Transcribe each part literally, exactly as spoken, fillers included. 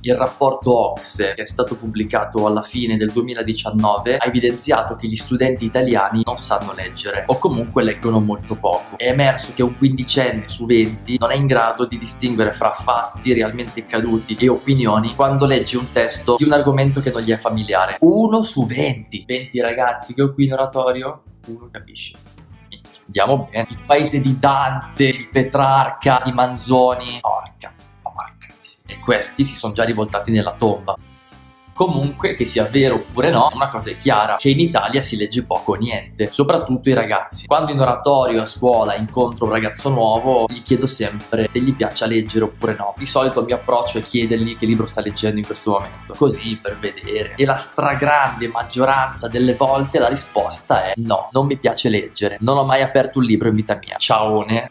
Il rapporto O C S E, che è stato pubblicato alla fine del duemiladiciannove, ha evidenziato che gli studenti italiani non sanno leggere o comunque leggono molto poco. È emerso che un quindicenne su venti non è in grado di distinguere fra fatti realmente accaduti e opinioni quando legge un testo di un argomento che non gli è familiare. Uno su venti. venti ragazzi che ho qui in oratorio, uno capisce. Andiamo bene. Il paese di Dante, di Petrarca, di Manzoni. Porca, porca. E questi si sono già rivoltati nella tomba. Comunque, che sia vero oppure no, una cosa è chiara, che in Italia si legge poco o niente, soprattutto i ragazzi. Quando in oratorio a scuola incontro un ragazzo nuovo, gli chiedo sempre se gli piace leggere oppure no. Di solito il mio approccio è chiedergli che libro sta leggendo in questo momento, così per vedere. E la stragrande maggioranza delle volte la risposta è no, non mi piace leggere, non ho mai aperto un libro in vita mia. Ciaone.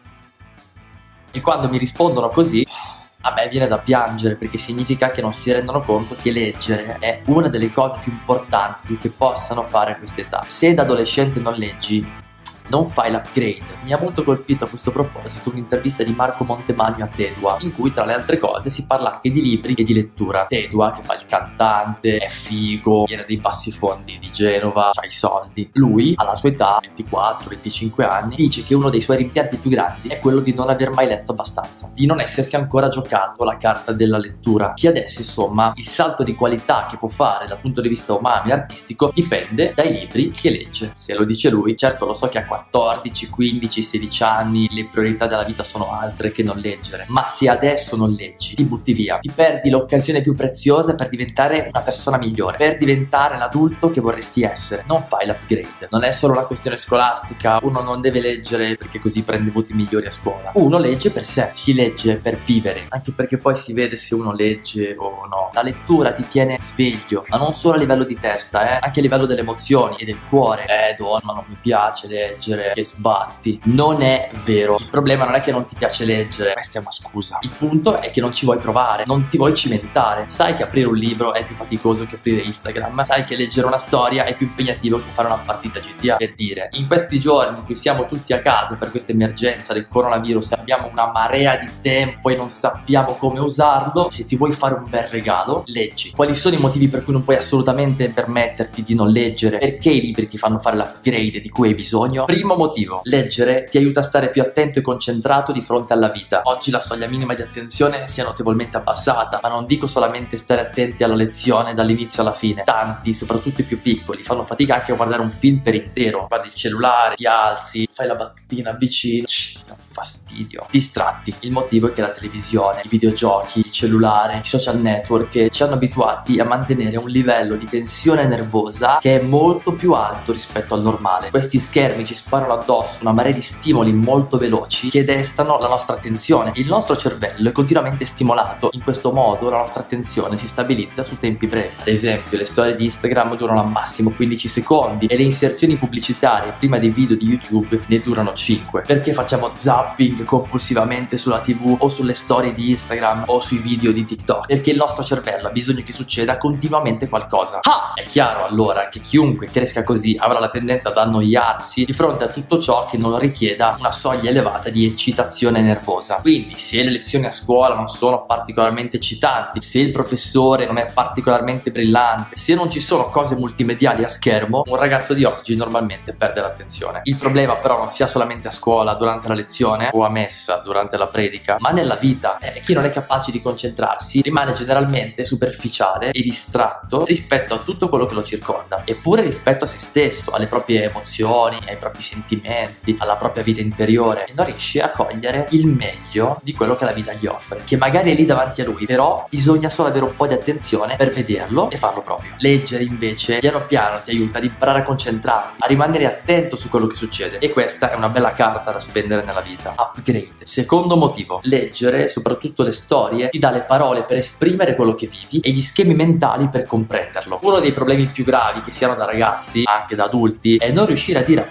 E quando mi rispondono così, a me viene da piangere, perché significa che non si rendono conto che leggere è una delle cose più importanti che possano fare a quest'età. Se da adolescente non leggi, non fai l'upgrade. Mi ha molto colpito a questo proposito un'intervista di Marco Montemagno a Tedua, in cui tra le altre cose si parla anche di libri e di lettura. Tedua, che fa il cantante, è figo, viene dai bassi fondi di Genova, ha i soldi. Lui, alla sua età, ventiquattro venticinque anni, dice che uno dei suoi rimpianti più grandi è quello di non aver mai letto abbastanza, di non essersi ancora giocato la carta della lettura, che adesso insomma il salto di qualità che può fare dal punto di vista umano e artistico dipende dai libri che legge. Se lo dice lui, certo lo so che a quattordici, quindici, sedici anni le priorità della vita sono altre che non leggere, ma se adesso non leggi ti butti via, ti perdi l'occasione più preziosa per diventare una persona migliore, per diventare l'adulto che vorresti essere. Non fai l'upgrade. Non è solo una questione scolastica, uno non deve leggere perché così prende voti migliori a scuola, uno legge per sé, si legge per vivere, anche perché poi si vede se uno legge o no. La lettura ti tiene sveglio, ma non solo a livello di testa, eh, anche a livello delle emozioni e del cuore. Eh Don, ma non mi piace leggere, che sbatti. Non è vero. Il problema non è che non ti piace leggere, questa è una scusa. Il punto è che non ci vuoi provare, non ti vuoi cimentare. Sai che aprire un libro è più faticoso che aprire Instagram, sai che leggere una storia è più impegnativo che fare una partita G T A. Per dire, in questi giorni in cui siamo tutti a casa per questa emergenza del coronavirus, abbiamo una marea di tempo e non sappiamo come usarlo, se ti vuoi fare un bel regalo, leggi. Quali sono i motivi per cui non puoi assolutamente permetterti di non leggere? Perché i libri ti fanno fare l'upgrade di cui hai bisogno? Primo motivo: leggere ti aiuta a stare più attento e concentrato di fronte alla vita. Oggi la soglia minima di attenzione si è notevolmente abbassata, ma non dico solamente stare attenti alla lezione dall'inizio alla fine. Tanti, soprattutto i più piccoli, fanno fatica anche a guardare un film per intero. Guardi il cellulare, ti alzi, fai la battutina vicino, Shhh, è un fastidio. Distratti. Il motivo è che la televisione, i videogiochi, il cellulare, i social network ci hanno abituati a mantenere un livello di tensione nervosa che è molto più alto rispetto al normale. Questi schermi ci sparano addosso una marea di stimoli molto veloci che destano la nostra attenzione. Il nostro cervello è continuamente stimolato. In questo modo la nostra attenzione si stabilizza su tempi brevi. Ad esempio, le storie di Instagram durano al massimo quindici secondi e le inserzioni pubblicitarie prima dei video di YouTube ne durano cinque. Perché facciamo zapping compulsivamente sulla tivù o sulle storie di Instagram o sui video di TikTok? Perché il nostro cervello ha bisogno che succeda continuamente qualcosa. Ah! È chiaro allora che chiunque cresca così avrà la tendenza ad annoiarsi di fronte a tutto ciò che non richieda una soglia elevata di eccitazione nervosa. Quindi se le lezioni a scuola non sono particolarmente eccitanti, se il professore non è particolarmente brillante, se non ci sono cose multimediali a schermo, un ragazzo di oggi normalmente perde l'attenzione. Il problema però non sia solamente a scuola durante la lezione o a messa durante la predica, ma nella vita. Eh, chi non è capace di concentrarsi rimane generalmente superficiale e distratto rispetto a tutto quello che lo circonda, eppure rispetto a se stesso, alle proprie emozioni, ai propri sentimenti, alla propria vita interiore, e non riesce a cogliere il meglio di quello che la vita gli offre, che magari è lì davanti a lui, però bisogna solo avere un po' di attenzione per vederlo e farlo proprio. Leggere invece piano piano ti aiuta ad imparare a concentrarti, a rimanere attento su quello che succede, e questa è una bella carta da spendere nella vita. Upgrade. Secondo motivo: leggere, soprattutto le storie, ti dà le parole per esprimere quello che vivi e gli schemi mentali per comprenderlo. Uno dei problemi più gravi che si hanno da ragazzi, anche da adulti, è non riuscire a dire a parole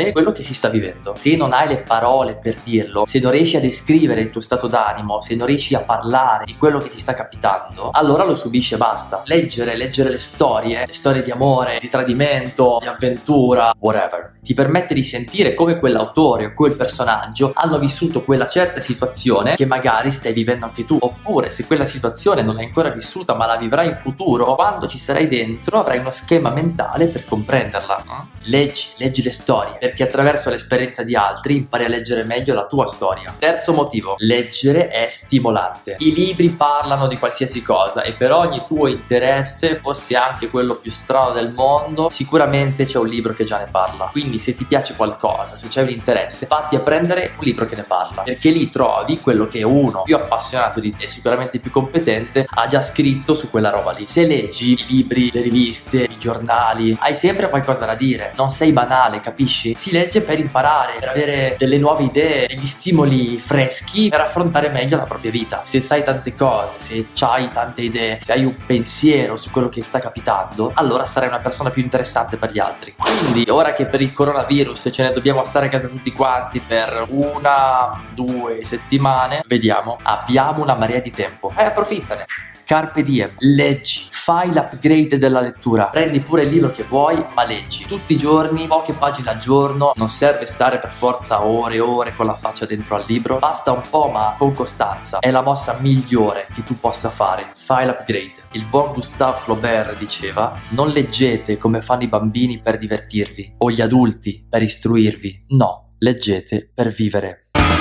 vedere quello che si sta vivendo. Se non hai le parole per dirlo, se non riesci a descrivere il tuo stato d'animo, se non riesci a parlare di quello che ti sta capitando, allora lo subisci e basta. Leggere, leggere le storie, le storie di amore, di tradimento, di avventura, whatever, ti permette di sentire come quell'autore o quel personaggio hanno vissuto quella certa situazione che magari stai vivendo anche tu. Oppure, se quella situazione non l'hai ancora vissuta ma la vivrai in futuro, quando ci sarai dentro avrai uno schema mentale per comprenderla. Leggi, leggi le storie, perché attraverso l'esperienza di altri impari a leggere meglio la tua storia. Terzo motivo: leggere è stimolante. I libri parlano di qualsiasi cosa e per ogni tuo interesse, fosse anche quello più strano del mondo, sicuramente c'è un libro che già ne parla. Quindi se ti piace qualcosa, se c'è un interesse, fatti a prendere un libro che ne parla, perché lì trovi quello che uno più appassionato di te, sicuramente più competente, ha già scritto su quella roba lì. Se leggi i libri, le riviste, i giornali, hai sempre qualcosa da dire, non sei banale, capisci? Si legge per imparare, per avere delle nuove idee, degli stimoli freschi per affrontare meglio la propria vita. Se sai tante cose, se hai tante idee, se hai un pensiero su quello che sta capitando, allora sarai una persona più interessante per gli altri. Quindi ora che per il coronavirus ce ne dobbiamo stare a casa tutti quanti per una, due settimane, vediamo, abbiamo una marea di tempo e approfittane. Carpe diem, leggi, fai l'upgrade della lettura, prendi pure il libro che vuoi, ma leggi tutti i giorni, poche pagine al giorno. Non serve stare per forza ore e ore con la faccia dentro al libro, basta un po' ma con costanza. È la mossa migliore che tu possa fare. Fai l'upgrade. Il buon Gustave Flaubert diceva: non leggete come fanno i bambini per divertirvi o gli adulti per istruirvi, no, leggete per vivere.